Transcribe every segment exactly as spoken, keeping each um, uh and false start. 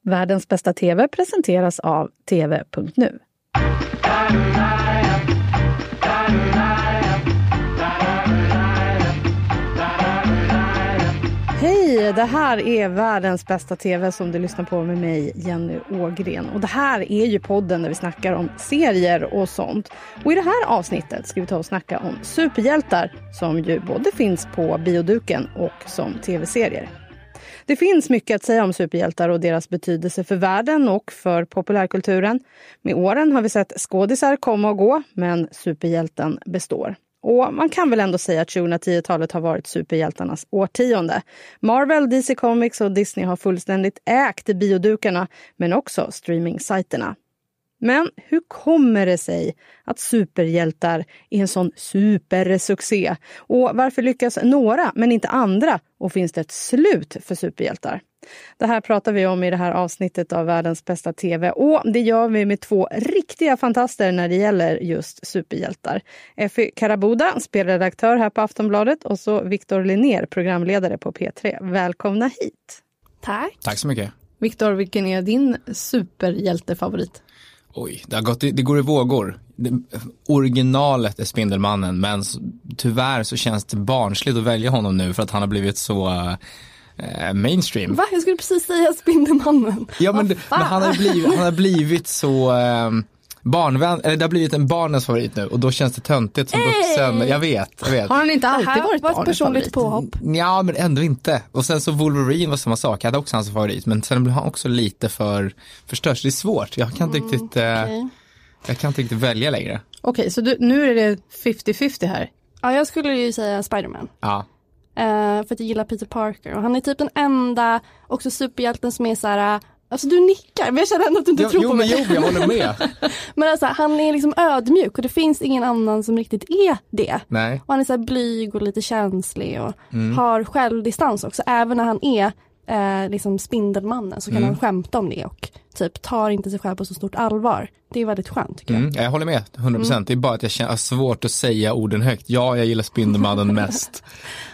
Världens bästa T V presenteras av T V punkt nu. Hej, det här är Världens bästa T V som du lyssnar på med mig, Jenny Ågren. Och det här är ju podden där vi snackar om serier och sånt. Och i det här avsnittet ska vi ta och snacka om superhjältar som ju både finns på bioduken och som tv-serier. Det finns mycket att säga om superhjältar och deras betydelse för världen och för populärkulturen. Med åren har vi sett skådisar komma och gå, men superhjälten består. Och man kan väl ändå säga att tjugohundratio-talet har varit superhjältarnas årtionde. Marvel, D C Comics och Disney har fullständigt ägt biodukarna, men också streaming-sajterna. Men hur kommer det sig att superhjältar är en sån supersuccé? Och varför lyckas några men inte andra? Och finns det ett slut för superhjältar? Det här pratar vi om i det här avsnittet av Världens bästa T V. Och det gör vi med två riktiga fantaster när det gäller just superhjältar. Effie Karabuda, spelredaktör här på Aftonbladet. Och så Victor Linnér, programledare på P tre. Välkomna hit. Tack. Tack så mycket. Victor, vilken är din superhjältefavorit? Oj, det, har gått, det går i vågor. Det, originalet är Spindelmannen, men så, tyvärr så känns det barnsligt att välja honom nu för att han har blivit så äh, mainstream. Va? Jag skulle precis säga Spindelmannen. Ja, men, men han, har blivit, han har blivit så äh, barnvän, eller det har blivit en barnens favorit nu och då känns det töntigt som vuxen. Hey! Jag vet, jag vet. Har han inte alltid varit barnens favorit? Personligt påhopp. Ja, men ändå inte. Och sen så Wolverine var samma sak. Jag hade också hans favorit, men sen blev han också lite för förstörd. Det är svårt. Jag kan inte mm, riktigt äh, okay. Jag kan inte riktigt välja längre. Okej, okay, så du, nu är det femtio femtio här. Ja, jag skulle ju säga Spider-Man. Ja. Uh, för att jag gillar Peter Parker. Och han är typ den enda också superhjälten som är så här. Alltså du nickar, men jag känner ändå att du inte jo, tror jo, på mig. Jo, men jag håller med. Men alltså, han är liksom ödmjuk och det finns ingen annan som riktigt är det. Nej. Och han är så här blyg och lite känslig och mm. har självdistans också. Även när han är eh, liksom Spindelmannen så kan mm. han skämta om det och typ tar inte sig själv på så stort allvar. Det är väldigt skönt tycker mm. jag. Jag håller med, hundra procent. Mm. Det är bara att jag känner svårt att säga orden högt. Ja, jag gillar Spindelmannen mest.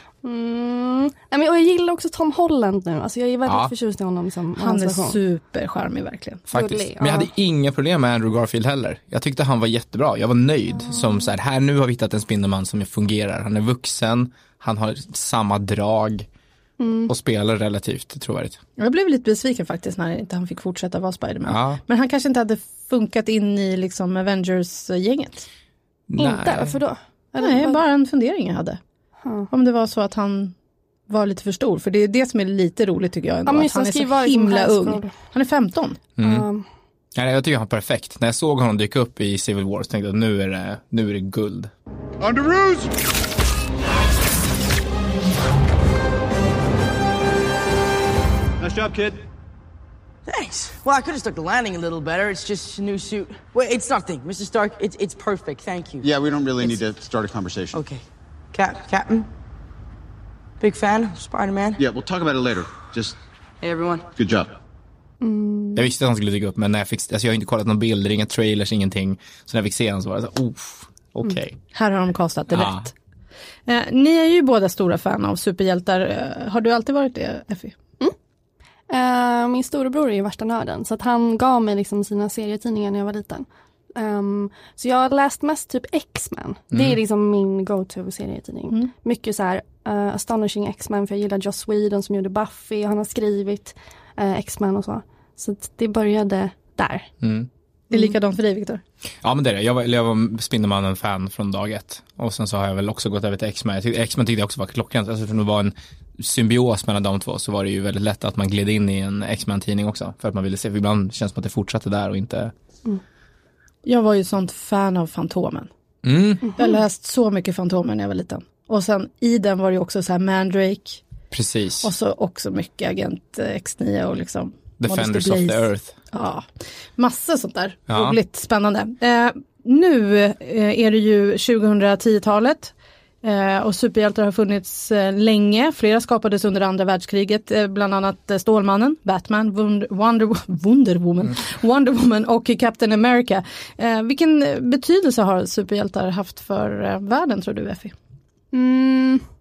Mm. Nej, men, och jag gillar också Tom Holland nu. Alltså, jag är väldigt ja. förtjust i honom som han är supercharmig verkligen. Faktiskt. Gullig, men jag ja. hade inga problem med Andrew Garfield heller. Jag tyckte han var jättebra. Jag var nöjd. Mm. Som så här, här nu har vi hittat en Spindelman som fungerar. Han är vuxen, han har samma drag mm. och spelar relativt trovärdigt. Jag blev lite besviken faktiskt när inte han fick fortsätta vara Spider-Man. Ja. Men han kanske inte hade funkat in i liksom Avengers-gänget. Inte? Varför då? Eller Nej, bara... bara en fundering jag hade. Hmm. Om det var så att han var lite för stor. För det är det som är lite roligt tycker jag ändå. Ja, att han är så himla ung. Han är femton. Mm. Um. Ja, jag tycker han är perfekt. När jag såg honom dyka upp i Civil War så tänkte jag att nu är det, nu är det guld. Underoos! Nice job, kid. Thanks. Well, I could have stuck the landing a little better. It's just a new suit. Wait, it's nothing. Mister Stark, it's it's perfect. Thank you. Yeah, we don't really it's... need to start a conversation. Okay. Cap Captain? Big fan of Spider-Man? Yeah, we'll talk about it later. Just... Hey, everyone. Good job. Mm. Jag visste att han skulle dyka upp, men när jag fick... Alltså jag har inte kollat några bilder, inga trailers, ingenting. Så när jag fick se honom så var det så, uff, okej. Okay. Mm. Här har de kastat det ja. rätt. Eh, ni är ju båda stora fan av superhjältar. Eh, har du alltid varit det, Effie? Uh, min storebror är ju värsta nörden så att han gav mig liksom sina serietidningar när jag var liten. Um, så jag har läst mest typ X-Men. Mm. Det är liksom min go-to-serietidning. Mm. Mycket så här uh, Astonishing X-Men för jag gillar Joss Whedon som gjorde Buffy. Han har skrivit uh, X-Men och så. Så det började där. Mm. Det är likadant för dig, Victor? Ja, men det är det. Jag var, jag var Spindelmannen-fan från dag ett. Och sen så har jag väl också gått över till X-Men. Jag tyckte, X-Men tyckte jag också var klockrent. Alltså för det var en symbios mellan de två så var det ju väldigt lätt att man gled in i en X-Men-tidning också. För att man ville se, för ibland känns det som att det fortsatte där och inte... Mm. Jag var ju sånt fan av Fantomen. Mm. Mm-hmm. Jag läst så mycket Fantomen när jag var liten. Och sen i den var det ju också så här Mandrake. Precis. Och så också mycket Agent X nio och liksom... Defenders of the Earth. Ja, massa sånt där. Ja. Roligt, spännande. Eh, nu eh, är det ju tjugohundratio-talet. Eh, och superhjältar har funnits eh, länge. Flera skapades under andra världskriget. Eh, bland annat eh, Stålmannen, Batman, Wonder, Wonder, Wonder Woman, mm. Wonder Woman och Captain America. Eh, vilken betydelse har superhjältar haft för eh, världen, tror du, Effie? Mm,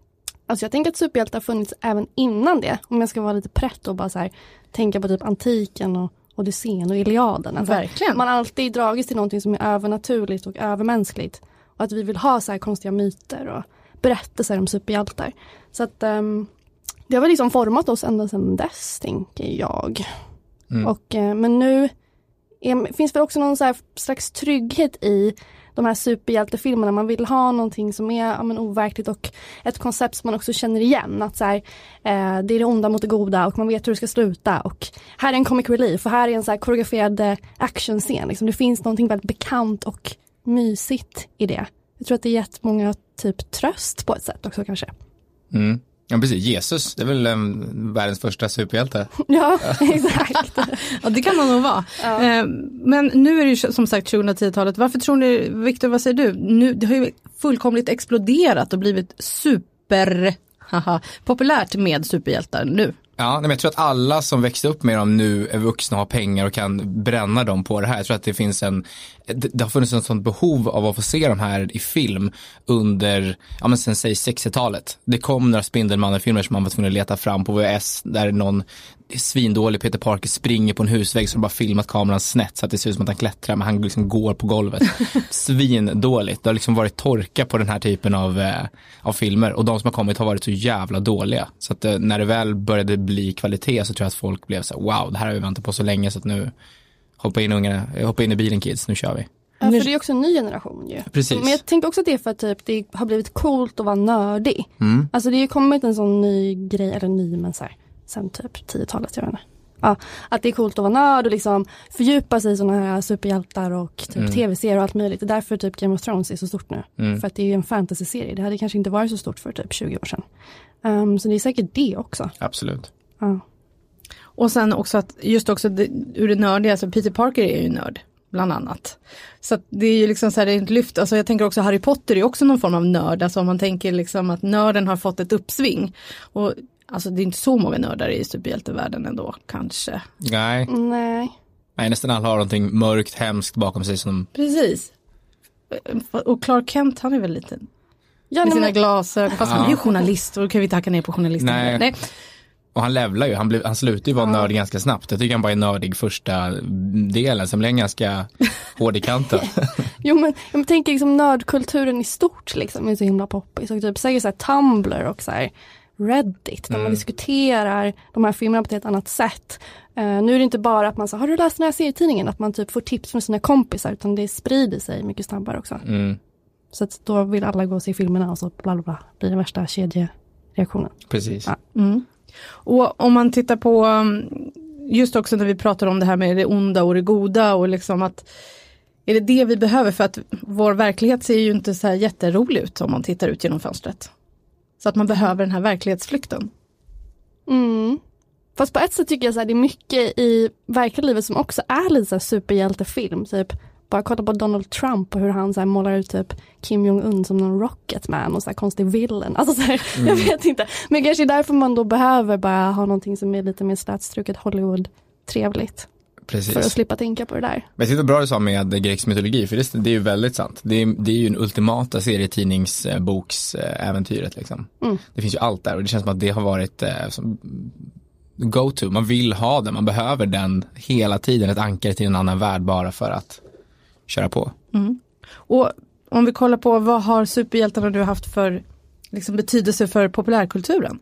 Alltså jag tänker att superhjältar har funnits även innan det. Om jag ska vara lite prätt och bara så här, tänka på typ antiken och Odysseen och Iliaden. Alltså Verkligen. Man har alltid dragits till någonting som är övernaturligt och övermänskligt. Och att vi vill ha så här konstiga myter och berättelser om superhjältar. Så att um, det har väl liksom format oss ända sedan dess, tänker jag. Mm. Och, uh, men nu är, finns väl också någon så här slags trygghet i de här superhjältefilmerna. Man vill ha någonting som är ja, men overkligt och ett koncept som man också känner igen. Att så här, eh, det är det onda mot det goda och man vet hur det ska sluta. Och här är en comic relief och här är en så här koreograferad actionscen. Liksom, det finns någonting väldigt bekant och mysigt i det. Jag tror att det är jättemånga typ tröst på ett sätt också kanske. Mm. Ja, precis. Jesus, det är väl um, världens första superhjälte. Ja, exakt. Ja, det kan man nog vara. Ja. Eh, men nu är det ju som sagt tjugohundratio-talet. Varför tror ni, Victor, vad säger du? Nu, det har ju fullkomligt exploderat och blivit super haha, populärt med superhjältar nu. Ja, men jag tror att alla som växte upp med dem nu är vuxna och har pengar och kan bränna dem på det här. Jag tror att det finns en, det har funnits en sån behov av att få se de här i film under, ja men sen säg sextiotalet. Det kom några Spindelmannen-filmer som man var tvungen att leta fram på V H S där någon svindålig Peter Parker springer på en husvägg som bara filmat kameran snett så att det ser ut som att han klättrar men han liksom går på golvet. Svindåligt. Det har liksom varit torka på den här typen av, eh, av filmer och de som har kommit har varit så jävla dåliga. Så att eh, när det väl började bli kvalitet så tror jag att folk blev så här, wow, det här har vi väntat på så länge så att nu hoppa in ungarna, hoppa in i bilen kids, nu kör vi. Ja, för det är också en ny generation ju. Precis. Men jag tänker också att det är för att typ, det har blivit coolt att vara nördig. Mm. Alltså det har ju kommit en sån ny grej, eller ny men så här, sen typ tiotalet, jag vet inte. Ja, att det är coolt att vara nörd och liksom fördjupa sig i såna här superhjältar och typ mm. tv-serier och allt möjligt. Det är därför typ Game of Thrones är så stort nu. Mm. För att det är ju en fantasy-serie. Det hade kanske inte varit så stort för typ tjugo år sedan. Um, så det är säkert det också. Absolut. Ja. Och sen också att just också det, ur det nördiga, alltså Peter Parker är ju nörd bland annat. Så att det är ju liksom så här, det är ett lyft. Alltså jag tänker också Harry Potter är också någon form av nörd. Alltså om man tänker liksom att nörden har fått ett uppsving. Och alltså det är inte så många nördar i superhjältevärlden ändå, kanske. Nej. Nej. Nej, nästan alla har någonting mörkt, hemskt bakom sig som... Precis. Och Clark Kent, han är väl liten. Ja, med sina men... glasögon. Fast ja. Han är ju journalist och då kan vi inte hacka ner på journalisten. Nej. Nej. Och han levlar ju, han, blev, han slutar ju vara ja. nörd ganska snabbt. Jag tycker han bara är nördig första delen, som blir ganska hård i kanten. Jo men jag tänker liksom nördkulturen i stort liksom är så himla poppig. Så typ säger så här Tumblr och så här Reddit där mm. man diskuterar de här filmerna på ett annat sätt. Uh, nu är det inte bara att man säger, har du läst den här serietidningen? Att man typ får tips från sina kompisar, utan det sprider sig mycket snabbare också. Mm. Så att då vill alla gå och se filmerna och så bla bla bla, blir den värsta kedjereaktionen. Precis. Ja. Mm. Och om man tittar på just också när vi pratar om det här med det onda och det goda och liksom att är det det vi behöver, för att vår verklighet ser ju inte så här jätterolig ut om man tittar ut genom fönstret. Så att man behöver den här verklighetsflykten. Mm. Fast på ett sätt tycker jag så här, det är mycket i verkliga livet som också är lite så här superhjältefilm. Typ bara kolla på Donald Trump och hur han så här målar ut typ Kim Jong-Un som någon Rocketman och så här konstig villain. Alltså så här, mm. jag vet inte. Men kanske är därför man då behöver bara ha någonting som är lite mer slätstruket Hollywood trevligt. Precis. För att slippa tänka på det där. Men jag tycker det är bra du sa med grekisk mytologi, för det, det är ju väldigt sant. Det är, det är ju en ultimata serietidningsboksäventyret liksom. Mm. Det finns ju allt där och det känns som att det har varit eh, som go-to. Man vill ha den, man behöver den hela tiden, ett ankare till en annan värld bara för att köra på. Mm. Och om vi kollar på vad har superhjältarna du haft för liksom, betydelse för populärkulturen?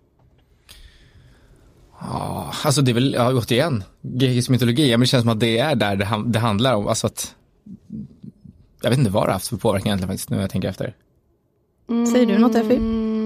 Ja, alltså det är väl, ja, återigen, grekisk mytologi, men det känns som att det är där det, det handlar om, alltså att jag vet inte vad det har haft för påverkan egentligen faktiskt, nu jag tänker efter. Mm. Säger du något, Effie?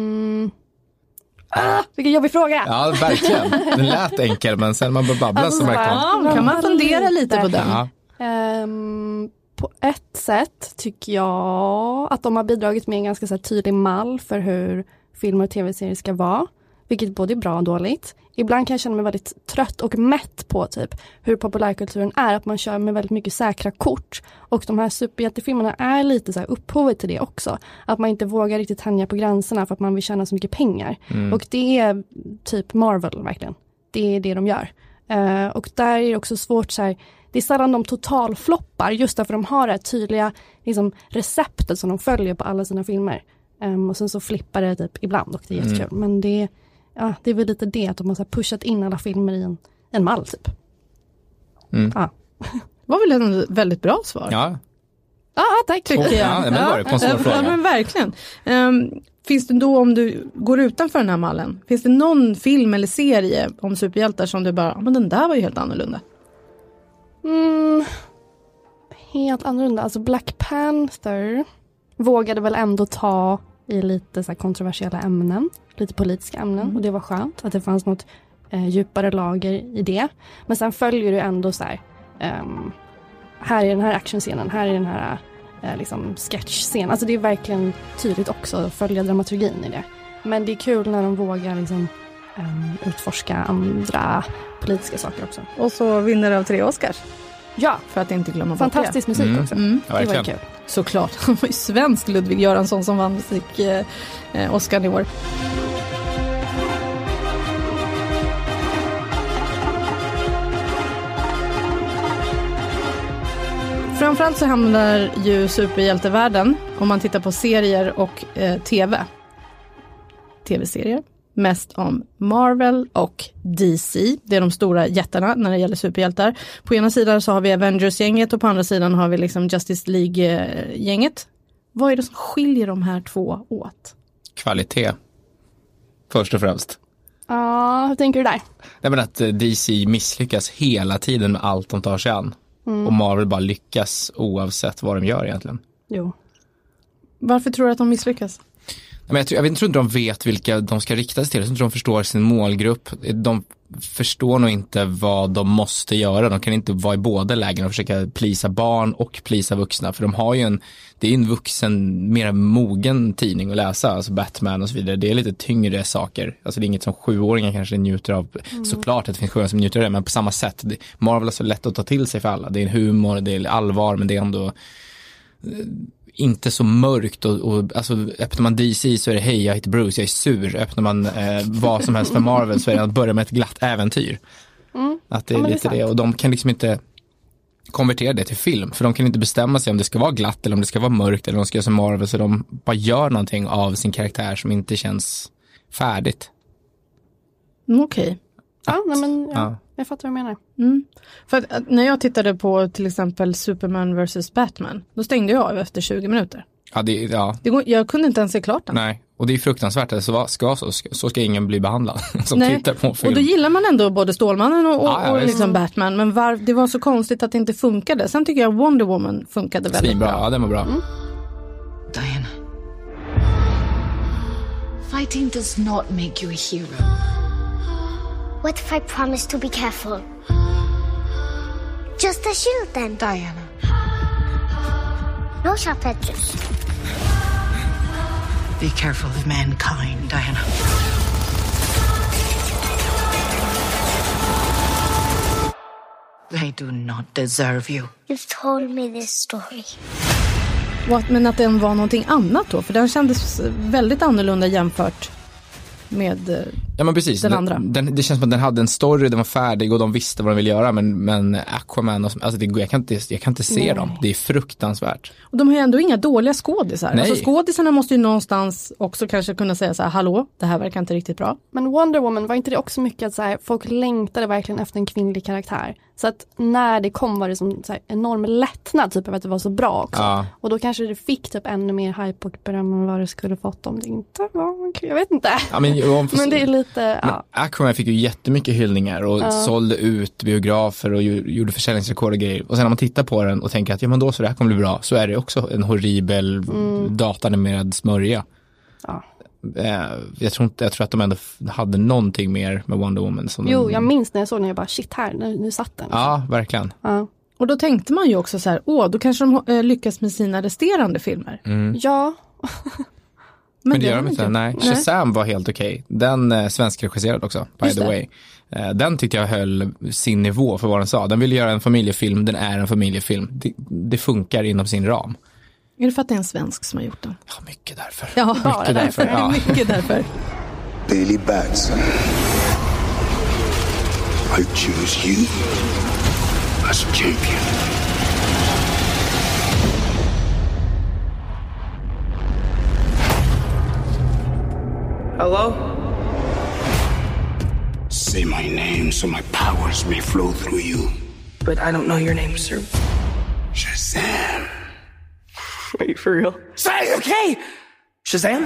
Ah, vilken jobbig fråga! Ja, verkligen. Den lät enkel, men sen man börjar babbla alltså, så märker man. Ja, kan man fundera lite på den? Ja. Um, på ett sätt tycker jag att de har bidragit med en ganska så här, tydlig mall för hur filmer och tv-serier ska vara. Vilket både är bra och dåligt. Ibland kan jag känna mig väldigt trött och mätt på typ hur populärkulturen är. Att man kör med väldigt mycket säkra kort. Och de här superhjältefilmerna är lite så här upphovet till det också. Att man inte vågar riktigt tänja på gränserna för att man vill tjäna så mycket pengar. Mm. Och det är typ Marvel verkligen. Det är det de gör. Uh, och där är det också svårt så här. Det är sällan de totalfloppar just därför de har det här tydliga liksom, receptet som de följer på alla sina filmer. Um, och sen så flippar det typ ibland och det är jättekul. Mm. Men det, ja, det är väl lite det att de har så här pushat in alla filmer i en, en mall typ. Mm. Ja. Det var väl en väldigt bra svar. Ja. Ja, tack. Tycker jag. Ja, men var det på en svår fråga. Ja, men verkligen. Um, finns det då, om du går utanför den här mallen, finns det någon film eller serie om superhjältar som du bara, men den där var ju helt annorlunda? Mm, helt annorlunda. Alltså Black Panther vågade väl ändå ta i lite så här kontroversiella ämnen, lite politiska ämnen, mm. och det var skönt att det fanns något eh, djupare lager i det. Men sen följer du ändå så här, um, här är den här actionscenen, här är den här eh, liksom sketchscenen. Alltså det är verkligen tydligt också att följa dramaturgin i det. Men det är kul när de vågar liksom um, utforska andra politiska saker också. Och så vinner av tre Oscars. Ja, för att inte glömma bort fantastisk det. musik mm. också. Mm. Ja, det var kul. Såklart. Han var ju svensk, Ludvig Göransson, som vann musik eh, Oscar i år. Framförallt så handlar ju superhjältevärlden, om man tittar på serier och eh, tv. Tv-serier. Mest om Marvel och D C. Det är de stora jättarna när det gäller superhjältar. På ena sidan så har vi Avengers-gänget och på andra sidan har vi liksom Justice League-gänget. Vad är det som skiljer de här två åt? Kvalitet. Först och främst. Ja, hur tänker du där? Nej, men att D C misslyckas hela tiden med allt de tar sig an. Mm. Och Marvel bara lyckas oavsett vad de gör egentligen. Jo. Varför tror du att de misslyckas? Men jag, tror, jag tror inte de vet vilka de ska rikta sig till. Jag tror inte de förstår sin målgrupp. De förstår nog inte vad de måste göra. De kan inte vara i båda lägen och försöka plisa barn och plisa vuxna. För de har ju en, det är en vuxen, mer mogen tidning att läsa. Alltså Batman och så vidare. Det är lite tyngre saker. Alltså det är inget som sjuåringar kanske njuter av. Mm. Såklart att det finns sjuåringar som njuter av det. Men på samma sätt. Marvel är så lätt att ta till sig för alla. Det är humor, det är allvar, men det är ändå inte så mörkt och, och alltså, öppnar man D C så är det hej, jag heter Bruce, jag är sur. Öppnar man eh, vad som helst för Marvel så är det att börja med ett glatt äventyr. Mm. Att det är ja, lite det, det. Och de kan liksom inte konvertera det till film, för de kan inte bestämma sig om det ska vara glatt eller om det ska vara mörkt eller om de ska göra som Marvel, så de bara gör någonting av sin karaktär som inte känns färdigt. Mm, Okej. Okay. Ja, nej, men ja, ja. Jag fattar vad du menar. Mm. För att, att när jag tittade på till exempel Superman versus Batman, då stängde jag av efter tjugo minuter. Ja, det, ja. Det, jag kunde inte ens se klart den. Nej, och det är fruktansvärt. Så ska, ska, så, ska, så ska ingen bli behandlad som Nej. tittar på film. Och då gillar man ändå både Stålmannen och, ja, ja, och liksom Batman. Men var, det var så konstigt att det inte funkade. Sen tycker jag Wonder Woman funkade väldigt Svinbra. bra. Ja, den var bra. Mm. Diana. Fighting does not make you a hero. What if I promise to be careful? Just a shield then. Diana. No sharp edges. Be careful of mankind, Diana. They do not deserve you. You've told me this story. Men att den var någonting annat då? För den kändes väldigt annorlunda jämfört med ja, men precis. den andra. Den, den, det känns som att den hade en story, den var färdig och de visste vad de ville göra. Men, men Aquaman, och, alltså det, jag, kan inte, jag kan inte se Nej. dem. Det är fruktansvärt. Och de har ju ändå inga dåliga skådisar. Nej. Alltså skådisarna måste ju någonstans också kanske kunna säga så här: hallå, det här verkar inte riktigt bra. Men Wonder Woman, var inte det också mycket att så här, folk längtade verkligen efter en kvinnlig karaktär? Så att när det kom var det som så här, enorm lättnad typ av att det var så bra också. Ja. Och då kanske det fick typ ännu mer hype och beröm än vad det skulle fått om det inte var. Jag vet inte. Ja, men, jo, men det är lite... Ja. Aquaman fick ju jättemycket hyllningar och ja. sålde ut biografer och gjorde försäljningsrekord och grejer. Och sen när man tittar på den och tänker att ja, men då så det här kommer bli bra, så är det också en horribel mm. datanimerad smörja. Ja. Jag tror, inte, jag tror att de ändå hade någonting mer med Wonder Woman. Som jo, de... jag minns när jag såg den, jag bara shit här, nu, nu satt den. Ja, verkligen. Ja. Och då tänkte man ju också så här, åh, då kanske de äh, lyckas med sina resterande filmer. Mm. Ja. Men, Men det gör de inte. Nej. Nej. Shazam var helt okej. Okay. Den eh, svenskregisserad också, by Just the det. way. Eh, den tyckte jag höll sin nivå för vad den sa. Den ville göra en familjefilm, den är en familjefilm. Det, det funkar inom sin ram. Är det för att det är en svensk som har gjort den? Ja, mycket därför. Ja, mycket bara därför. därför. Ja. mycket därför. Billy Batson. I choose you as champion. Hello? Say my name so my powers may flow through you. But I don't know your name, sir. Shazam. Are you for real? Say, okay! Shazam?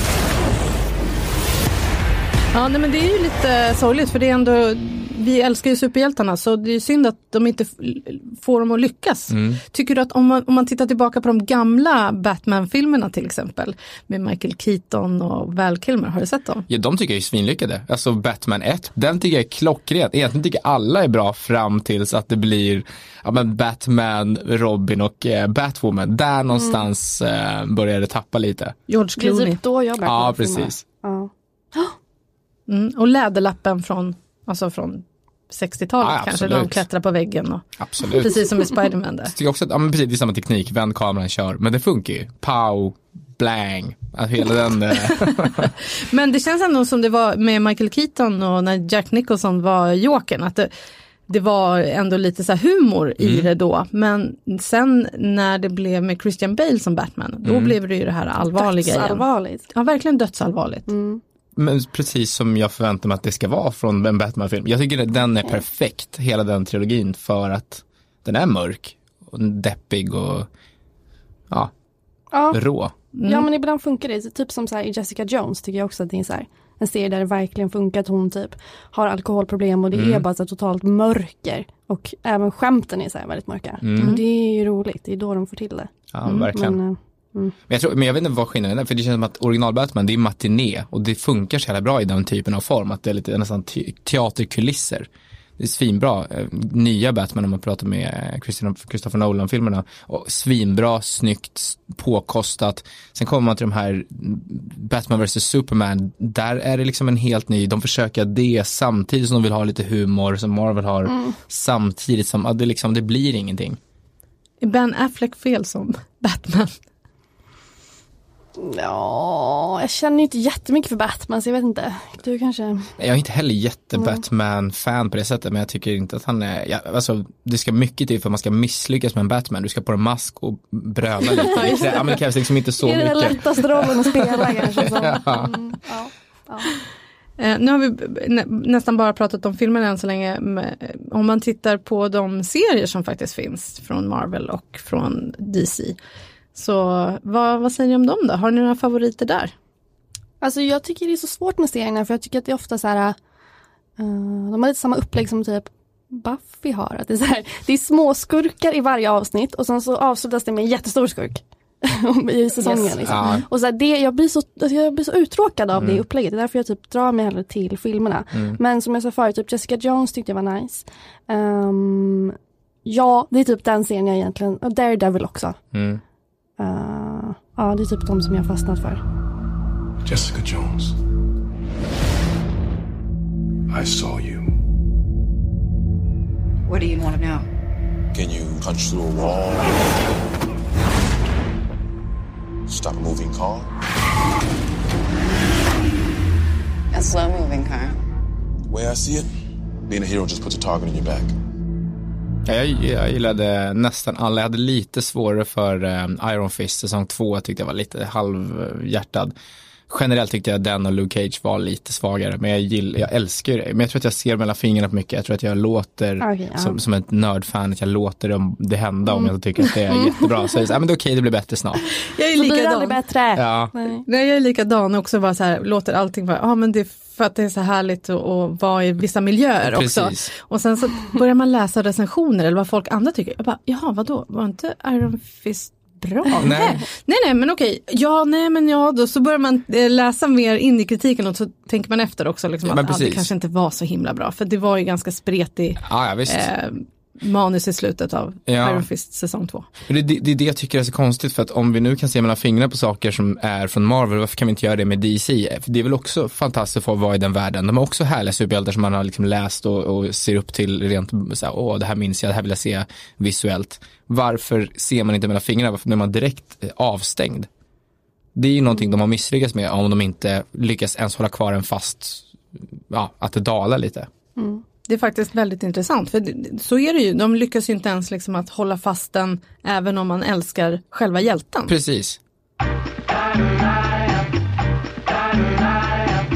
Ja, nej, men det är ju lite sorgligt för det är ändå, vi älskar ju superhjältarna så det är synd att de inte f- får dem att lyckas. Mm. Tycker du att om man, om man tittar tillbaka på de gamla Batman-filmerna till exempel med Michael Keaton och Val Kilmer, har du sett dem? Ja, de tycker jag är svinlyckade. Alltså Batman ett, den tycker jag är klockren. Egentligen tycker alla är bra fram tills att det blir ja, men Batman, Robin och eh, Batwoman. Där någonstans mm. eh, börjar det tappa lite. George Clooney. Det är typ då jag började. Ja, precis. Ja. Mm, och läderlappen från, alltså från sextiotalet ja, kanske, de klättrar på väggen. Och, absolut. Precis som i Spider-Man där. Jag tycker också att ja, men precis, det är samma teknik, vänd kameran kör, men det funkar ju. Pow, blang, alltså hela den. Men det känns ändå som det var med Michael Keaton och när Jack Nicholson var Jokern, att det, det var ändå lite så här humor i mm. det då. Men sen när det blev med Christian Bale som Batman, då mm. blev det ju det här allvarliga igen. Dödsallvarligt. Ja, verkligen dödsallvarligt. Mm. Men precis som jag förväntar mig att det ska vara från en Batman-film. Jag tycker att den är perfekt, hela den trilogin, för att den är mörk och deppig och ja, ja. rå. Mm. Ja, men ibland funkar det. Typ som så här, i Jessica Jones tycker jag också att det är så här, en serie där det verkligen funkar att hon typ har alkoholproblem och det mm. är bara så totalt mörker. Och även skämten är så här väldigt mörka. Mm. Och det är ju roligt, det är då de får till det. Ja, mm. verkligen. Men, Mm. Men, jag tror, men jag vet inte vad skillnaden är, för det känns som att original Batman, det är matiné och det funkar så jävla bra i den typen av form, att det är lite nästan te- teaterkulisser. Det är svinbra. Nya Batman, om man pratar med Christopher Nolan-filmerna, och svinbra, snyggt, påkostat. Sen kommer man till de här Batman versus Superman, där är det liksom en helt ny, de försöker det samtidigt som de vill ha lite humor som Marvel har, mm. samtidigt som att det liksom, det blir ingenting. Är Ben Affleck fel som Batman? Ja, jag känner ju inte jättemycket för Batman, så jag vet inte. Du kanske... Jag är inte heller jätte-Batman-fan på det sättet, men jag tycker inte att han är... Ja, alltså, det ska mycket till för att man ska misslyckas med en Batman. Du ska på en mask och bröla lite. Det, ja, men det krävs liksom inte så mycket. Det är den lättaste rollen att spela kanske. Så. Mm, ja, ja. Eh, nu har vi nä- nästan bara pratat om filmerna än så länge. Om man tittar på de serier som faktiskt finns från Marvel och från D C, så vad, vad säger ni om dem då? Har ni några favoriter där? Alltså jag tycker det är så svårt med serierna, för jag tycker att det är ofta så här, uh, de har lite samma upplägg som typ Buffy har. Att det är så här, det är små skurkar i varje avsnitt och sen så avslutas det med en jättestor skurk i säsongen. Yes. Liksom. Ja. Och så här, det, jag, blir så, jag blir så uttråkad av mm. det upplägget. Det är därför jag typ drar mig hellre till filmerna. Mm. Men som jag sa förut, typ Jessica Jones tyckte jag var nice. Um, ja, det är typ den serien jag egentligen, och Daredevil också. Mm. Uh, ja, det är typ de som jag fastnat för. Jessica Jones, I saw you. What do you want to know? Can you punch through a wall? Stop a moving car? A slow-moving car. The way I see it, being a hero just puts a target in your back. Jag, jag gillade nästan alla. Jag hade lite svårare för um, Iron Fist säsong två. Jag tyckte jag var lite halvhjärtad. Generellt tyckte jag den och Luke Cage var lite svagare. Men jag, gill, jag älskar det. Men jag tror att jag ser mellan fingrarna på mycket. Jag tror att jag låter okay, ja. som, som ett nördfan, att jag låter det, det hända mm. om jag tycker att det är jättebra. Så jag säger, ah, men det är okej, det blir bättre snart. Jag är så likadan. blir det aldrig bättre. Ja. Nej. Nej, jag är likadan också. Bara så här, låter allting bara, ja ah, men det är för att det är så härligt att, att vara i vissa miljöer Precis. också. Och sen så börjar man läsa recensioner eller vad folk andra tycker. Jag bara, jaha, vadå? Var inte Iron Fist bra? Nej. nej, nej, men okej. Ja, nej, men ja, då så börjar man läsa mer in i kritiken och så tänker man efter också liksom, ja, att ah, det kanske inte var så himla bra. För det var ju ganska spretig ja, ja, visst. Eh, manus i slutet av ja. Iron Fist säsong två. Det, det, det är det jag tycker är så konstigt, för att om vi nu kan se mellan fingrarna på saker som är från Marvel, varför kan vi inte göra det med D C? För det är väl också fantastiskt för att vara i den världen. De har också härliga superhjältar som man har liksom läst och, och ser upp till rent så här, åh, det här minns jag, det här vill jag se visuellt. Varför ser man inte mellan fingrarna? Varför blir man direkt avstängd? Det är ju någonting de har misslyckats med om de inte lyckas ens hålla kvar en fast, ja, att det dalar lite. Mm. Det är faktiskt väldigt intressant, för så är det ju. De lyckas ju inte ens liksom att hålla fast den även om man älskar själva hjälten. Precis.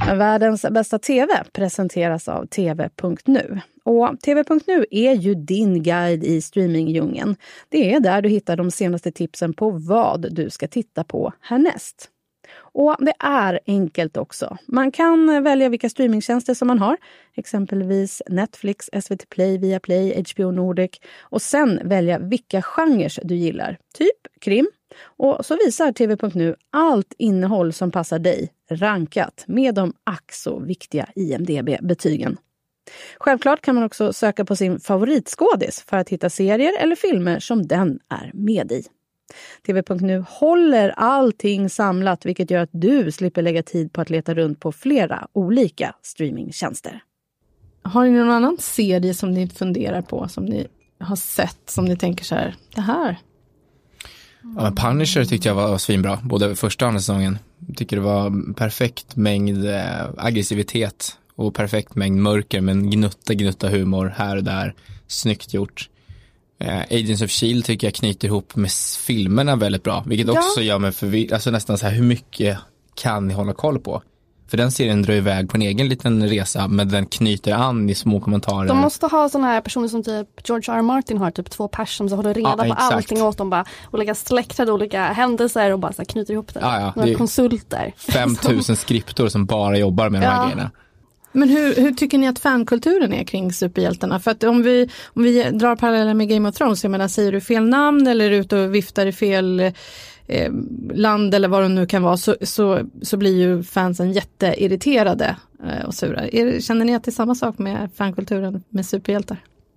Världens bästa tv presenteras av T V punkt nu. Och T V punkt nu är ju din guide i streamingdjungeln. Det är där du hittar de senaste tipsen på vad du ska titta på härnäst. Och det är enkelt också. Man kan välja vilka streamingtjänster som man har. Exempelvis Netflix, S V T Play, Viaplay, H B O Nordic. Och sen välja vilka genrer du gillar. Typ krim. Och så visar T V punkt nu allt innehåll som passar dig. Rankat med de ack så viktiga I M D B-betygen. Självklart kan man också söka på sin favoritskådis för att hitta serier eller filmer som den är med i. T V punkt nu håller allting samlat, vilket gör att du slipper lägga tid på att leta runt på flera olika streamingtjänster. Har ni någon annan serie som ni funderar på, som ni har sett, som ni tänker så här, det här? Ja, men Punisher tyckte jag var svinbra, både första och andra säsongen. Jag tycker det var perfekt mängd eh, aggressivitet och perfekt mängd mörker, men gnutta, gnutta humor här och där. Snyggt gjort. Eh, Agents of S H I E L D tycker jag knyter ihop med filmerna väldigt bra, vilket ja. också gör mig förvirrad. Alltså nästan så här, hur mycket kan ni hålla koll på? För den serien drar iväg på en egen liten resa, men den knyter an i små kommentarer. De måste ha såna här personer som typ George R. R. Martin har, typ två personer som håller reda ja, på exakt. allting åt dem, bara olika släktade olika händelser och bara så här, knyter ihop det. Ja, ja, Några det konsulter. fem tusen skriptor som bara jobbar med ja. de här grejerna. Men hur, hur tycker ni att fankulturen är kring superhjältarna? För att om vi, om vi drar paralleller med Game of Thrones, jag menar, säger du fel namn eller är du ute och viftar i fel eh, land eller vad det nu kan vara, så, så, så blir ju fansen jätteirriterade eh, och sura. Är, känner ni att det är samma sak med fankulturen med superhjältar?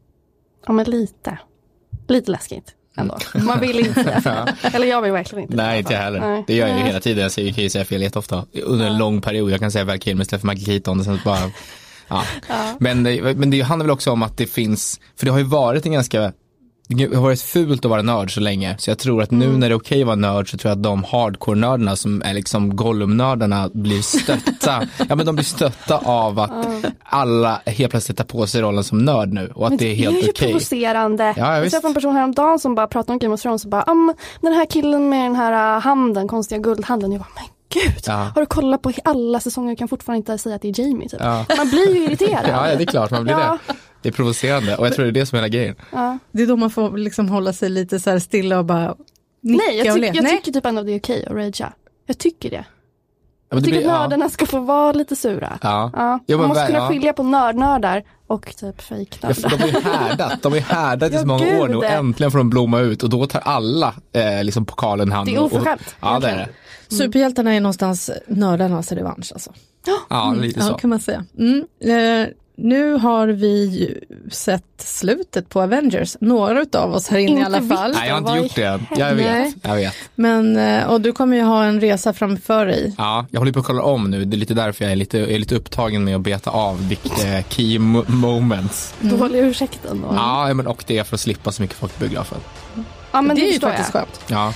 Ja, men lite. Lite läskigt. Ändå. Man vill inte. ja. Eller jag vill verkligen inte. Nej, inte jag heller. Nej. Det gör jag ju hela tiden. Jag säger, kan ju säga fel jätteofta. Under en ja. lång period. Jag kan säga väl Kilmer istället för Michael Keaton. Och sen bara, ja. Ja. Men, men det handlar väl också om att det finns, för det har ju varit en ganska, det har varit fult att vara nörd så länge. Så jag tror att nu mm. när det är okej att vara nörd, så tror jag att de hardcore-nördarna som är liksom Gollum-nördarna blir stötta. ja, men de blir stötta av att mm. alla helt plötsligt tar på sig rollen som nörd nu. Och att men det är helt okej. Det är ju okay. provocerande. Ja, jag träffade en person häromdagen som bara pratade om Game of Thrones och bara, um, den här killen med den här handen, konstiga guldhanden. Jag bara, men gud, ja. har du kollat på alla säsonger och kan fortfarande inte säga att det är Jamie typ. Ja. Man blir ju irriterad. ja, det är klart, man blir ja. det. Det är provocerande och jag tror det är det som är hela grejen. Ja. Det är då man får liksom hålla sig lite så här stilla och bara nicka. Nej, jag, tyck, och jag Nej. tycker typ ändå att det är okej att ragea. Jag tycker det. Ja, jag tycker blir, att nördarna ja. ska få vara lite sura. Ja. Ja. Jo, man måste väl, kunna ja. skilja på nördnördar och typ fejknördar. Ja, de är härdat. De är härdat i så många Gud. år nu och äntligen får de blomma ut och då tar alla eh, liksom pokalen hand. Det är oförskämt. Ja, det är det. Mm. Superhjältarna är någonstans nördarnas revansch alltså. Ja, lite så. Ja, kan man säga. Mm. Eh, nu har vi sett slutet på Avengers. Några av oss här inne inte i alla fall. Nej, jag har inte gjort det. Jag vet, Nej. jag vet. Men, och du kommer ju ha en resa framför dig. Ja, jag håller på att kolla om nu. Det är lite därför jag är lite, är lite upptagen med att beta av vilka key moments. Mm. Dålig ursäkten då. Ja, men och det är för att slippa så mycket folk i biografen. Ja, men det, det är ju faktiskt jag. skönt. Ja.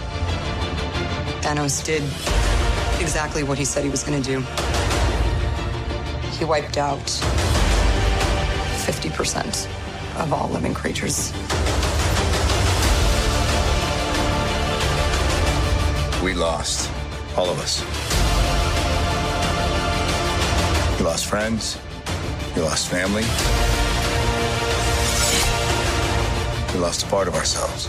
Thanos did exactly what he said he was going to do. He wiped out fifty percent of all living creatures. We lost, all of us. We lost friends. We lost family. We lost a part of ourselves.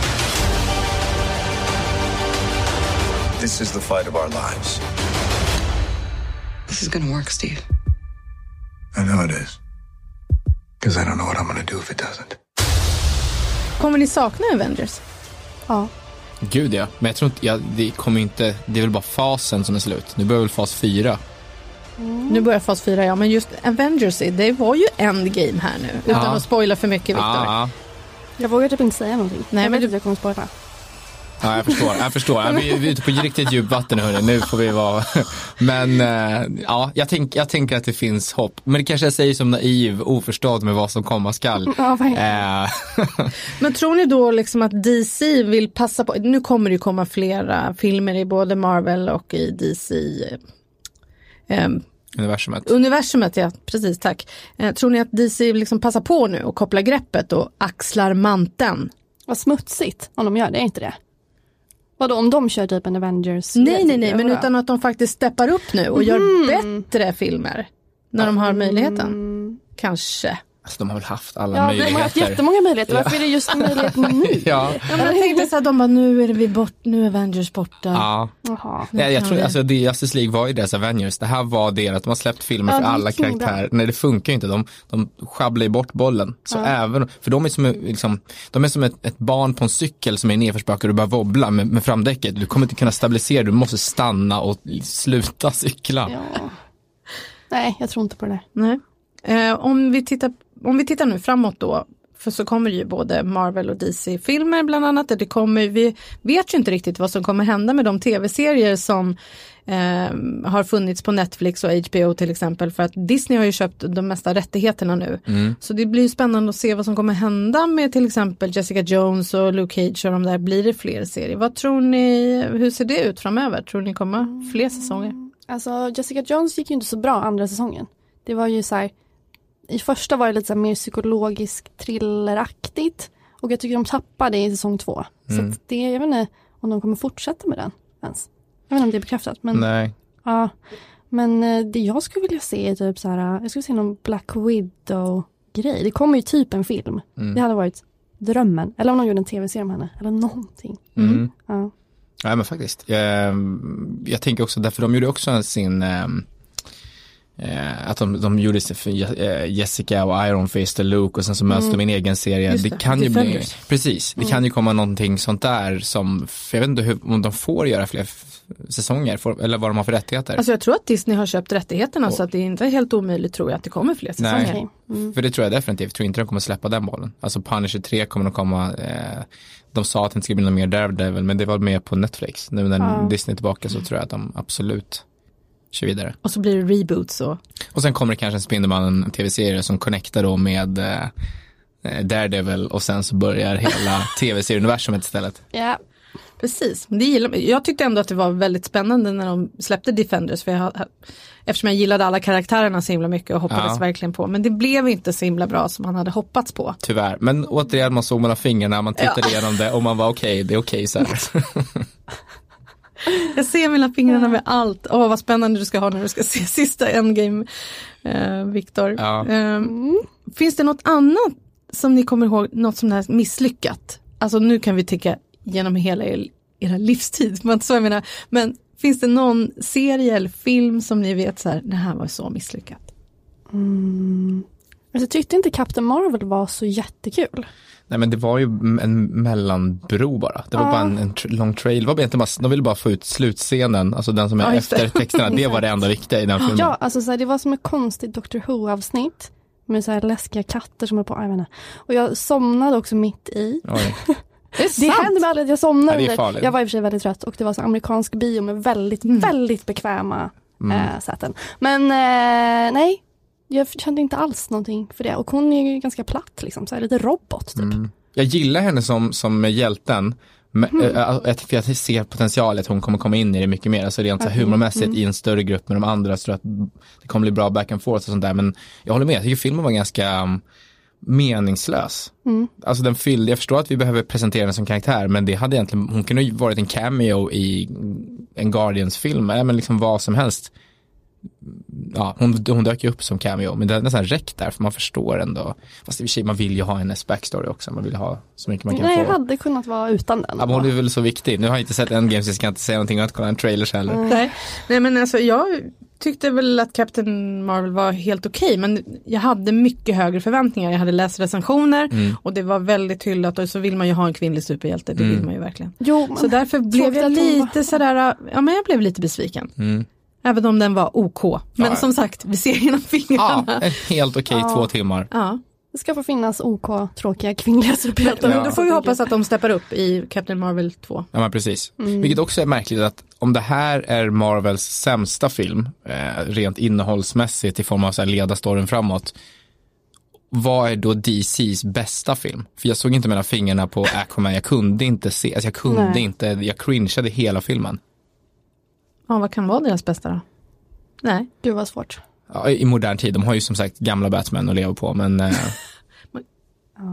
This is the fight of our lives. This is gonna work, Steve. I know it is. Because I don't know what I'm gonna do if it doesn't. Kommer ni sakna Avengers? Ja. Gud ja, men jag tror inte, ja, det kommer inte, det är väl bara fasen som är slut. Nu börjar väl fas fyra. Mm. Nu börjar fas fyra, ja, men just Avengers, det var ju endgame här nu. Utan ja. att spoila för mycket, Victor. Ja. Jag vågar typ inte säga någonting. Nej, jag men vet du... att jag kommer spoila. Ja, jag förstår. Jag förstår. Ja, vi, vi är ute på riktigt djupt vatten, hörni. Nu får vi vara... Men äh, ja, jag, tänk, jag tänker att det finns hopp. Men det kanske jag säger som naiv, oförstådd med vad som komma skall. Ja, äh. Men tror ni då liksom att D C vill passa på... Nu kommer det ju komma flera filmer i både Marvel och i D C... Eh, Universumet. Universumet, ja. Precis, tack. Eh, tror ni att D C liksom passar på nu och kopplar greppet och axlar manteln? Vad smutsigt om de gör det, är inte det? Vadå, om de kör typ en Avengers? Nej, nej, nej, men utan att de faktiskt steppar upp nu och mm. gör bättre filmer när de har möjligheten. Mm. Kanske. Alltså de har väl haft alla ja, möjligheter. Ja, de har haft jättemånga möjligheter. Varför ja. är det just möjligheten nu? ja. ja, men jag tänkte så att de bara, nu är vi bort, nu är Avengers borta. Ja. Jaha. Ja, jag tror, alltså det Justice League var ju deras Avengers. Det här var det att de har släppt filmer ja, för alla karaktärer. Nej, det funkar ju inte. De, de sjabblar ju bort bollen. Så ja. även, för de är som, liksom, de är som ett, ett barn på en cykel som är nedförsbacke och du bara wobblar med, med framdäcket. Du kommer inte kunna stabilisera, du måste stanna och sluta cykla. Ja. Nej, jag tror inte på det. Nej. Eh, om vi tittar Om vi tittar nu framåt då, för så kommer ju både Marvel och D C-filmer bland annat. Det kommer, vi vet ju inte riktigt vad som kommer hända med de tv-serier som eh, har funnits på Netflix och H B O till exempel. För att Disney har ju köpt de mesta rättigheterna nu. Mm. Så det blir ju spännande att se vad som kommer hända med till exempel Jessica Jones och Luke Cage och de där. Blir det fler serier? Vad tror ni, hur ser det ut framöver? Tror ni kommer fler säsonger? Alltså Jessica Jones gick ju inte så bra andra säsongen. Det var ju så här, i första var det lite så här mer psykologiskt thrilleraktigt. Och jag tycker de tappade i säsong två. Mm. Så att det, jag vet inte om de kommer fortsätta med den ens. Jag vet inte om det är bekräftat. Men, Nej. Ja, men det jag skulle vilja se är typ så här, jag skulle se någon Black Widow-grej. Det kommer ju typ en film. Mm. Det hade varit drömmen. Eller om de gjorde en tv-serie om henne. Eller någonting. Mm. Ja. Ja, men faktiskt. Jag, jag tänker också, därför de gjorde också sin... Eh, att de, de gjorde för Jessica och Iron Fist och Luke och sen så möts mm. de i en egen serie. Det, det kan ju bli, precis, det mm. kan ju komma någonting sånt där som, för jag vet inte hur, om de får göra fler säsonger för, eller vad de har för rättigheter. Alltså jag tror att Disney har köpt rättigheterna och så att det är inte helt omöjligt tror jag att det kommer fler säsonger. Nej, mm. för det tror jag definitivt. Jag tror inte de kommer släppa den bollen. Alltså Punisher tre kommer de komma, eh, de sa att det inte ska bli någon mer Daredevil men det var med på Netflix. Nu när ja. Disney är tillbaka så tror jag att de absolut kör vidare. Och så blir det reboots och... Och sen kommer det kanske en Spindelmannen tv-serie som connectar då med eh, Daredevil och sen så börjar hela tv-serieuniversumet istället. Ja, precis. Det gillar, jag tyckte ändå att det var väldigt spännande när de släppte Defenders för jag, eftersom jag gillade alla karaktärerna så himla mycket och hoppades ja. verkligen på. Men det blev inte så himla bra som man hade hoppats på. Tyvärr. Men återigen, man såg mellan fingrarna, man tittade ja. igenom det och man var okej, okay, det är okej okay, så här. Jag ser mellan fingrarna med allt. Åh, vad spännande du ska ha när du ska se sista Endgame, eh, Victor. Ja. Eh, finns det något annat som ni kommer ihåg, något som är misslyckat? Alltså nu kan vi tycka genom hela er, era livstid, men så jag menar. Men finns det någon serie eller film som ni vet så här, det här var så misslyckat? Mm. Alltså, jag tyckte inte Captain Marvel var så jättekul. Nej, men det var ju en mellanbro bara. Det var ah. bara en, en tr- lång trail. Var bara, de ville bara få ut slutscenen, alltså den som är ah, efter texterna. Det var det enda viktiga i den filmen. Ja, alltså så här, det var som ett konstigt Doctor Who-avsnitt med så här läskiga katter som är på armarna. Och jag somnade också mitt i. Oj. Det, är det hände med aldrig att jag somnade. Ja, det är jag var i och för sig väldigt trött och det var så amerikansk bio med väldigt, mm. väldigt bekväma mm. äh, säten. Men äh, nej. Jag kände inte alls någonting för det. Och hon är ju ganska platt liksom. Så här, lite robot typ. Mm. Jag gillar henne som, som hjälten. Men, mm. äh, för jag ser potentialet att hon kommer komma in i det mycket mer. Alltså rent så här, humormässigt mm. i en större grupp med de andra. Så att det kommer bli bra back and forth och sånt där. Men jag håller med. Jag tycker filmen var ganska um, meningslös. Mm. Alltså den fyllde, jag förstår att vi behöver presentera henne som karaktär. Men det hade egentligen, hon kunde ju varit en cameo i en Guardians-film. Eller men liksom vad som helst. Ja, hon, hon dök ju upp som cameo, men det är nästan räckt där för man förstår ändå. Fast i och för sig, man vill ju ha hennes backstory också. Man vill ha så mycket man kan Nej, få. Nej, jag hade kunnat vara utan den. Ja, men hon är väl så viktig. Nu har jag inte sett Endgame så jag ska inte säga någonting om att kolla en trailers heller. Mm. Nej. Nej, men alltså jag tyckte väl att Captain Marvel var helt okej, okay, men jag hade mycket högre förväntningar. Jag hade läst recensioner mm. och det var väldigt hyllat och så vill man ju ha en kvinnlig superhjälte. Det mm. vill man ju verkligen. Jo, så därför blev jag lite var... sådär, ja men jag blev lite besviken. Mm. Även om den var OK. Men ja. Som sagt, vi ser genom fingrarna. Ja, helt okej, okay, ja. två timmar. Ja. Det ska få finnas OK, tråkiga kvinnliga superhjältar. Ja. Då får vi hoppas att de steppar upp i Captain Marvel två. Ja, men precis. Mm. Vilket också är märkligt att om det här är Marvels sämsta film, eh, rent innehållsmässigt i form av så här leda storyn framåt, vad är då D C:s bästa film? För jag såg inte mellan fingrarna på Aquaman. Jag kunde inte se, alltså jag kunde Nej. inte, jag cringeade hela filmen. Ja, vad kan vara deras bästa då? Nej. Det var svårt. Ja, i modern tid. De har ju som sagt gamla Batman att leva på, men... Eh... ja.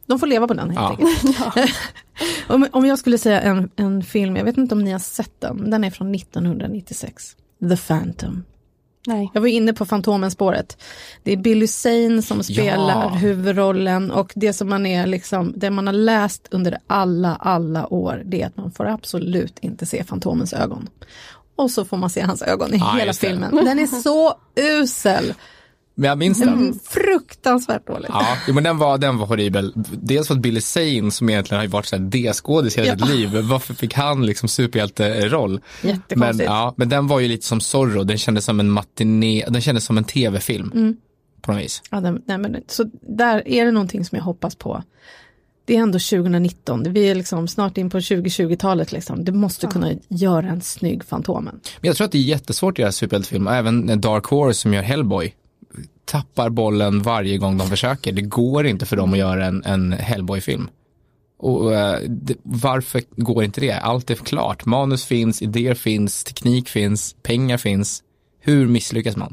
De får leva på den helt Ja. enkelt. Ja. om, om jag skulle säga en, en film, jag vet inte om ni har sett den. Den är från nittonhundranittiosex. The Phantom. Nej. Jag var inne på Fantomen-spåret. Det är Billy Zane som spelar Ja. huvudrollen, och det som man är liksom, det man har läst under alla, alla år, det är att man får absolut inte se Fantomens ögon. Och så får man se hans ögon i Ja, hela just det. filmen. Den är så usel. Men jag minns den. Mm, fruktansvärt dålig. Ja, jo, men den var, den var horribel. Dels för att Billy Zane, som egentligen har ju varit så här D-skådis hela Ja. sitt liv, varför fick han liksom superhjälteroll? Men, Jättekonstigt. ja, men den var ju lite som Zorro, den kändes som en matiné, den kändes som en tv-film Mm. på något vis. Ja, den, nej, men, så där är det någonting som jag hoppas på. Det är ändå tjugonitton, vi är liksom snart in på tjugohundratjugotalet liksom. Det måste Ja. kunna göra en snygg Fantomen. Men jag tror att det är jättesvårt att göra superhjältefilm, och även Dark Horse som gör Hellboy tappar bollen varje gång de försöker. Det går inte för dem att göra en, en Hellboy-film. Och eh, det, varför går inte det? Allt är klart. Manus finns, idéer finns, teknik finns, pengar finns. Hur misslyckas man?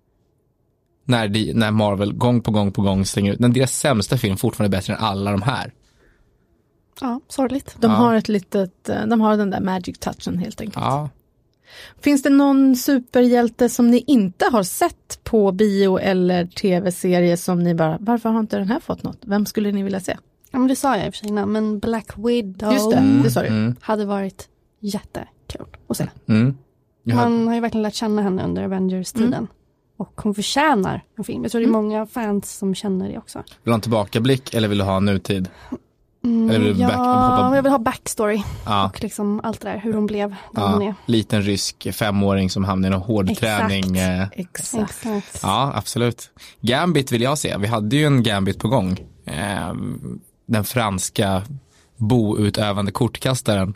När, de, när Marvel gång på gång på gång stänger ut. När deras sämsta film fortfarande är bättre än alla de här. Ja, sorgligt. De Ja. har ett litet, de har den där magic touchen helt enkelt. Ja. Finns det någon superhjälte som ni inte har sett på bio eller tv-serie som ni bara, varför har inte den här fått något? Vem skulle ni vilja se? Ja, men det sa jag i och för sig innan, men Black Widow Just det, det sa du. Mm. hade varit jättekul att se. Mm. Jag hade- Man har ju verkligen lärt känna henne under Avengers-tiden. Mm. Och hon förtjänar en film. Jag tror det är många fans som känner det också. Vill du ha en tillbakablick eller vill du ha en nutid? Mm, Eller vill du ja, back- hoppa- jag vill ha backstory. Ja. Och liksom allt det där, hur hon blev där hon Ja, är. liten rysk femåring som hamnar i någon hård Exakt. träning. eh, Exakt. Exakt. Ja, absolut. Gambit vill jag se. Vi hade ju en Gambit på gång. Eh, den franska boutövande kortkastaren.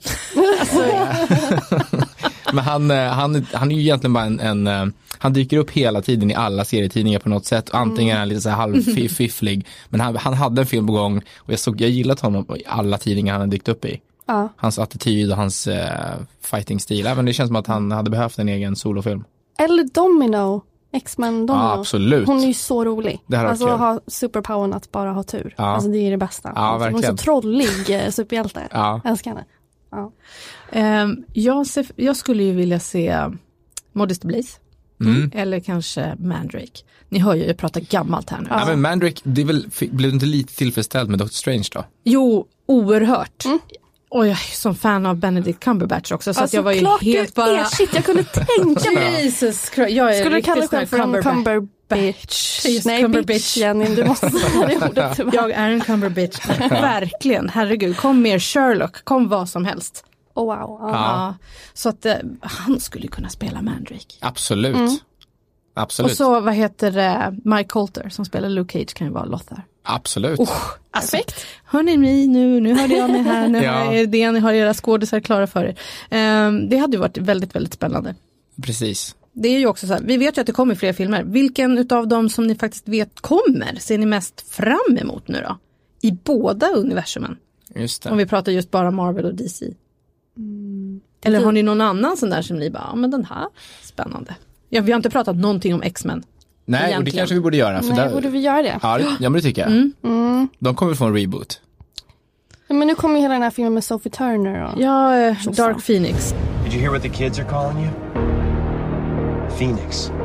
Men han, eh, han, han är ju egentligen bara en, en eh, han dyker upp hela tiden i alla serietidningar på något sätt. Antingen är han lite så här halvfifflig, men han, han hade en film på gång och jag såg, jag gillat honom i alla tidningar han hade dykt upp i. Ja. Hans attityd och hans eh, fighting-stil. Även det känns som att han hade behövt en egen solofilm. Eller Domino. X-Men Domino. Ja, absolut. Hon är ju så rolig. Det här var alltså kul. ha superpowern att bara ha tur. Ja. Alltså det är det bästa. Ja, alltså, hon är verkligen. så trollig eh, superhjälte. Ja. Jag älskar henne. Ja. Um, jag, ser, jag skulle ju vilja se Modest Blaze. Mm. Eller kanske Mandrake. Ni hör ju, jag pratar gammalt här nu. Ja, men Mandrake, det är väl, blev du inte lite tillfredsställd med Doctor Strange då? Jo, oerhört. Mm. Och jag är som fan av Benedict Cumberbatch också. Så Alltså, att jag var ju klart helt du bara... är. Shit, jag kunde tänka mig. Jesus Christ. Jag är Skulle du riktigt kalla dig sån själv här för en Cumberbitch? Just Nej, Cumberbitch. bitch Jenny, du måste säga det ordet tyvärr. Jag är en Cumberbitch. Verkligen, herregud. Kom mer Sherlock, kom vad som helst. Oh, wow. Ja. Ja. Så att eh, han skulle kunna spela Mandrake. Absolut. Mm. Absolut. Och så, vad heter det, Mike Colter som spelar Luke Cage kan ju vara Lothar. Absolut. Oh, alltså, Perfekt. hörni ni, nu, nu hörde jag mig här, nu Ja. har jag det, ni har era skådisar klara för er. Um, det hade ju varit väldigt, väldigt spännande. Precis. Det är ju också så här, vi vet ju att det kommer fler filmer. Vilken utav dem som ni faktiskt vet kommer ser ni mest fram emot nu då? I båda universumen. Just det. Om vi pratar just bara Marvel och D C. Mm. Eller har ni någon annan sån där som ni bara, ja men den här, spännande. Ja, vi har inte pratat någonting om X-Men. Nej, och det egentligen. kanske vi borde göra. För Nej, där, borde vi göra det? ja, det, ja, men det tycker jag. Mm. Mm. De kommer få en reboot. Ja, men nu kommer ju hela den här filmen med Sophie Turner. Och... Ja, eh, Så Dark så. Did Phoenix. you hear what the kids are calling you? Phoenix.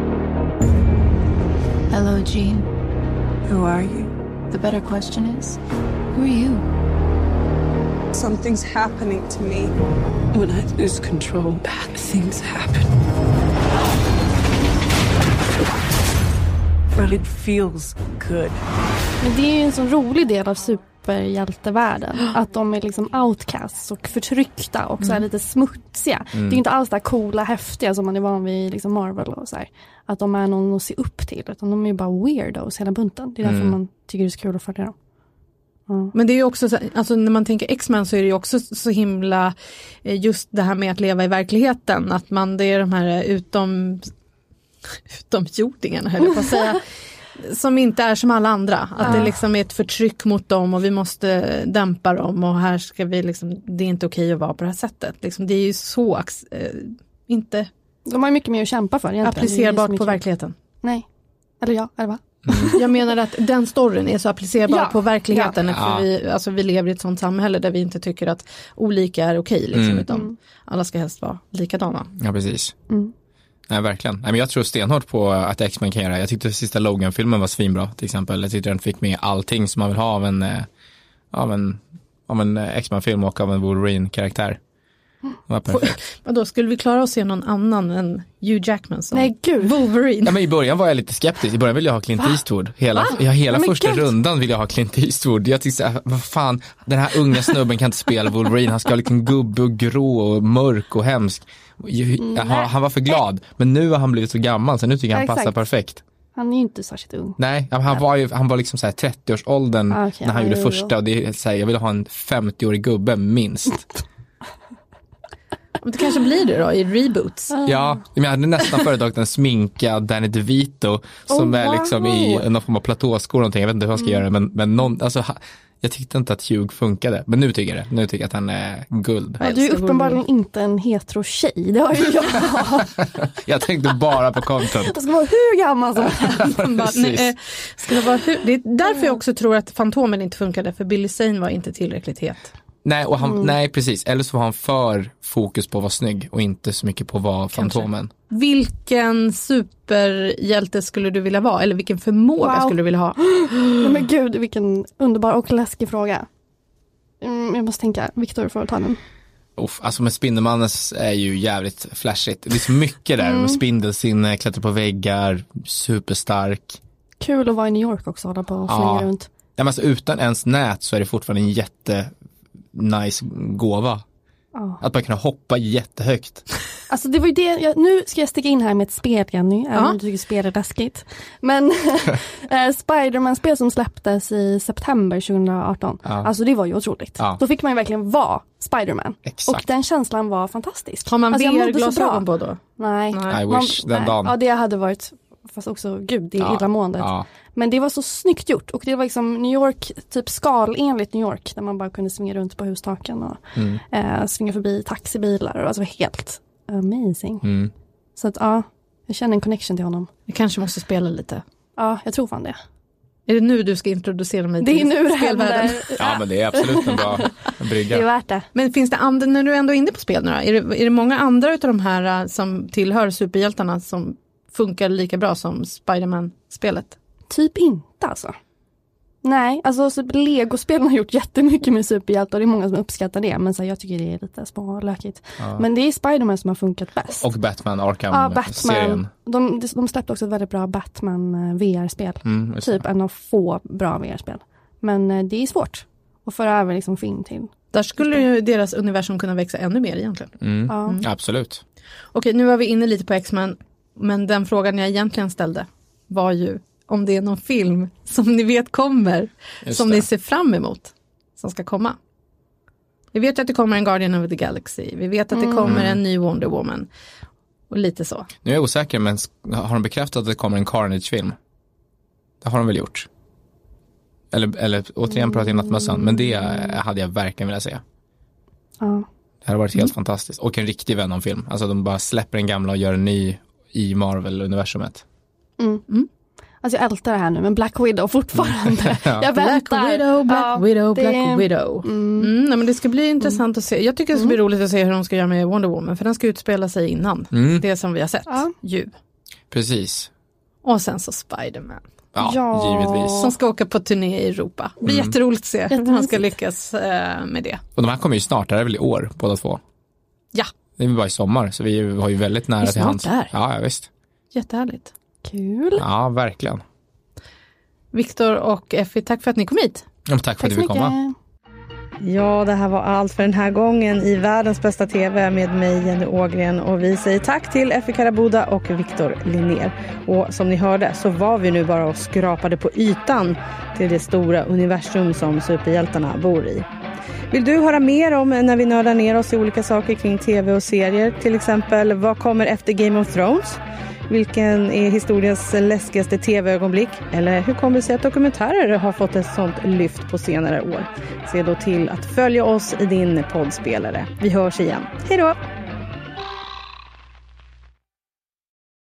Hello, Jean. Who are you? The better question is, who are you? Something's happening to me. When I lose control, bad things happen. But it feels good. Men det är ju en så rolig del av superhjältevärlden. Att de är liksom outcasts och förtryckta och så här lite smutsiga. Mm. Det är inte alls det här coola, häftiga som man är van vid liksom Marvel och så här. Att de är någon att se upp till. Utan de är ju bara weirdos hela bunten. Det är därför Mm. man tycker det är så kul att följa dem. Ja. Men det är ju också, så, alltså när man tänker X-Men så är det ju också så himla eh, just det här med att leva i verkligheten. Att man, det är de här utom, utomjordingarna höll jag på att säga. Som inte är som alla andra. Att Ja. det liksom är ett förtryck mot dem och vi måste dämpa dem och här ska vi liksom, det är inte okej att vara på det här sättet. Liksom, det är ju så, eh, inte De har ju mycket mer att kämpa för egentligen. Det är det applicerbart som är på kul. verkligheten. Nej. Eller ja, eller va? Mm. Jag menar att den storyn är så applicerbar ja. på verkligheten. Ja. För Ja. vi, alltså vi lever i ett sånt samhälle där vi inte tycker att olika är okej. Liksom, Mm. utan alla ska helst vara likadana. Ja, precis. Mm. Nej, verkligen. Nej, men jag tror stenhårt på att X-Men kan göra. Jag tyckte sista Logan-filmen var svinbra, till exempel. Jag tyckte den fick med allting som man vill ha av en, av en, av en X-Men-film och av en Wolverine-karaktär. Det var perfekt. Men då skulle vi klara att se någon annan än Hugh Jackman som Nej, gud. Wolverine. Ja, men i början var jag lite skeptisk. I början ville jag ha Clint Va? Eastwood. Hela, ja, hela ja, första gud. rundan ville jag ha Clint Eastwood. Jag tyckte såhär, vad fan, den här unga snubben kan inte spela Wolverine. Han ska ha liksom gubbe och grå och mörk och hemsk. Han, han var för glad. Men nu har han blivit så gammal så nu tycker jag han ja, passar perfekt. Han är ju inte särskilt ung. Nej, han var ju han var liksom så här trettio-årsåldern ah, okay. när han ja, gjorde jo, första. Och det är så här, jag vill ha en femtio-årig gubbe minst. Det kanske blir det då i reboots. Ja, men jag hade nästan föredragit en sminkad Danny DeVito som oh, är liksom wow. i någon form av platåskor någonting. Jag vet inte hur han ska mm. göra det, men, men någon, alltså, jag tyckte inte att Hugh funkade. Men nu tycker jag det. Nu tycker jag att han är guld. Ja, du är uppenbarligen inte en hetero tjej. Det har ju jag. Jag tänkte bara på content. Det ska vara hur gammal som helst. Ska det vara hur... Det är därför jag också tror att Fantomen inte funkade. För Billy Zane var inte tillräckligt het. Nej, och han, mm. nej, precis. Eller så var han för fokus på att vara snygg och inte så mycket på att vara Fantomen. Vilken superhjälte skulle du vilja vara? Eller vilken förmåga wow. skulle du vilja ha? Nej, men gud, vilken underbar och läskig fråga. Mm, jag måste tänka. Viktor får ta den. Uff, alltså med Spindelmannens är ju jävligt flashigt. Det är så mycket där. Mm. Med spindelsinne, klättra på väggar, superstark. Kul att vara i New York också, hålla på och flänga ja. runt. Ja, men alltså, utan ens nät så är det fortfarande en jätte nice gåva. Oh. Att man kan hoppa jättehögt. Alltså det var ju det, jag, nu ska jag sticka in här med ett spel, Jenny, även om du tycker spel är läskigt. Men äh, Spider-Man-spel som släpptes i september tjugoarton, ja. Alltså det var ju otroligt. Ja. Då fick man ju verkligen vara Spider-Man. Exakt. Och den känslan var fantastisk. Har man alltså, V R-glasögon på då? Nej. nej. I wish, man, den dagen. Ja, det hade varit, fast också, gud, det är ja. illamåendet. Ja. Men det var så snyggt gjort. Och det var liksom New York, typ skalenligt New York. Där man bara kunde svinga runt på hustaken. Och mm. eh, svinga förbi taxibilar. Och alltså helt amazing. Mm. Så att ja, jag känner en connection till honom. Jag kanske måste spela lite. Ja, jag tror fan det. Är det nu du ska introducera mig till det är nu spelvärlden? Det ja, men det är absolut en bra brygga. Det är värt det. Men finns det andra, när du ändå är inne på spel nu då, är det, är det många andra utav de här som tillhör superhjältarna som funkar lika bra som Spider-Man-spelet? Typ inte alltså. Nej, alltså så Lego-spelen har gjort jättemycket med superhjältar och det är många som uppskattar det. Men så här, jag tycker det är lite smålökigt. Ja. Men det är Spider-Man som har funkat bäst. Och Batman Arkham-serien. Ja, de, de släppte också ett väldigt bra Batman V R-spel. Mm, typ en av få bra V R-spel. Men det är svårt att föra över liksom film till. Där skulle ju deras universum kunna växa ännu mer egentligen. Mm. Ja. Mm. Absolut. Okej, nu var vi inne lite på X-Men. Men den frågan jag egentligen ställde var ju om det är någon film som ni vet kommer, just som det. Ni ser fram emot, som ska komma. Vi vet att det kommer en Guardian of the Galaxy. Vi vet att det kommer mm. en ny Wonder Woman. Och lite så. Nu är jag osäker, men har de bekräftat att det kommer en Carnage-film? Det har de väl gjort. Eller, eller återigen pratar jag nattmössan. Men det hade jag verkligen velat se. Ja. Det hade varit helt mm. fantastiskt. Och en riktig Venom-film. Alltså de bara släpper en gamla och gör en ny i Marvel-universumet. Mm. Mm. Alltså jag ältar det här nu, men Black Widow fortfarande. ja. Jag väntar. Black Widow, Black ja, Widow, Black det... Widow. Mm. Mm, nej, men det ska bli intressant mm. att se. Jag tycker det ska bli mm. roligt att se hur de ska göra med Wonder Woman. För den ska utspela sig innan. Mm. Det som vi har sett. Ja. Ju. Precis. Och sen så Spider-Man. Ja, ja, givetvis. Som ska åka på turné i Europa. Det blir mm. jätteroligt att se hur han ska lyckas eh, med det. Och de här kommer ju snart, det är väl i år, båda två. Ja. Det är väl bara i sommar, så vi har ju väldigt nära till hands. Där. Ja, ja, visst. Jättehärligt. Kul. Ja, verkligen. Viktor och Effie, tack för att ni kom hit. Ja, tack, tack för att du vill komma. Ja, det här var allt för den här gången i Världens bästa T V med mig, Jenny Ågren. Och vi säger tack till Effie Karabuda och Viktor Linnér. Och som ni hörde så var vi nu bara och skrapade på ytan till det stora universum som superhjältarna bor i. Vill du höra mer om när vi nördar ner oss i olika saker kring tv och serier? Till exempel, vad kommer efter Game of Thrones? Vilken är historiens läskigaste tv-ögonblick? Eller hur kommer det sig att dokumentärer har fått ett sånt lyft på senare år? Se då till att följa oss i din poddspelare. Vi hörs igen. Hej då!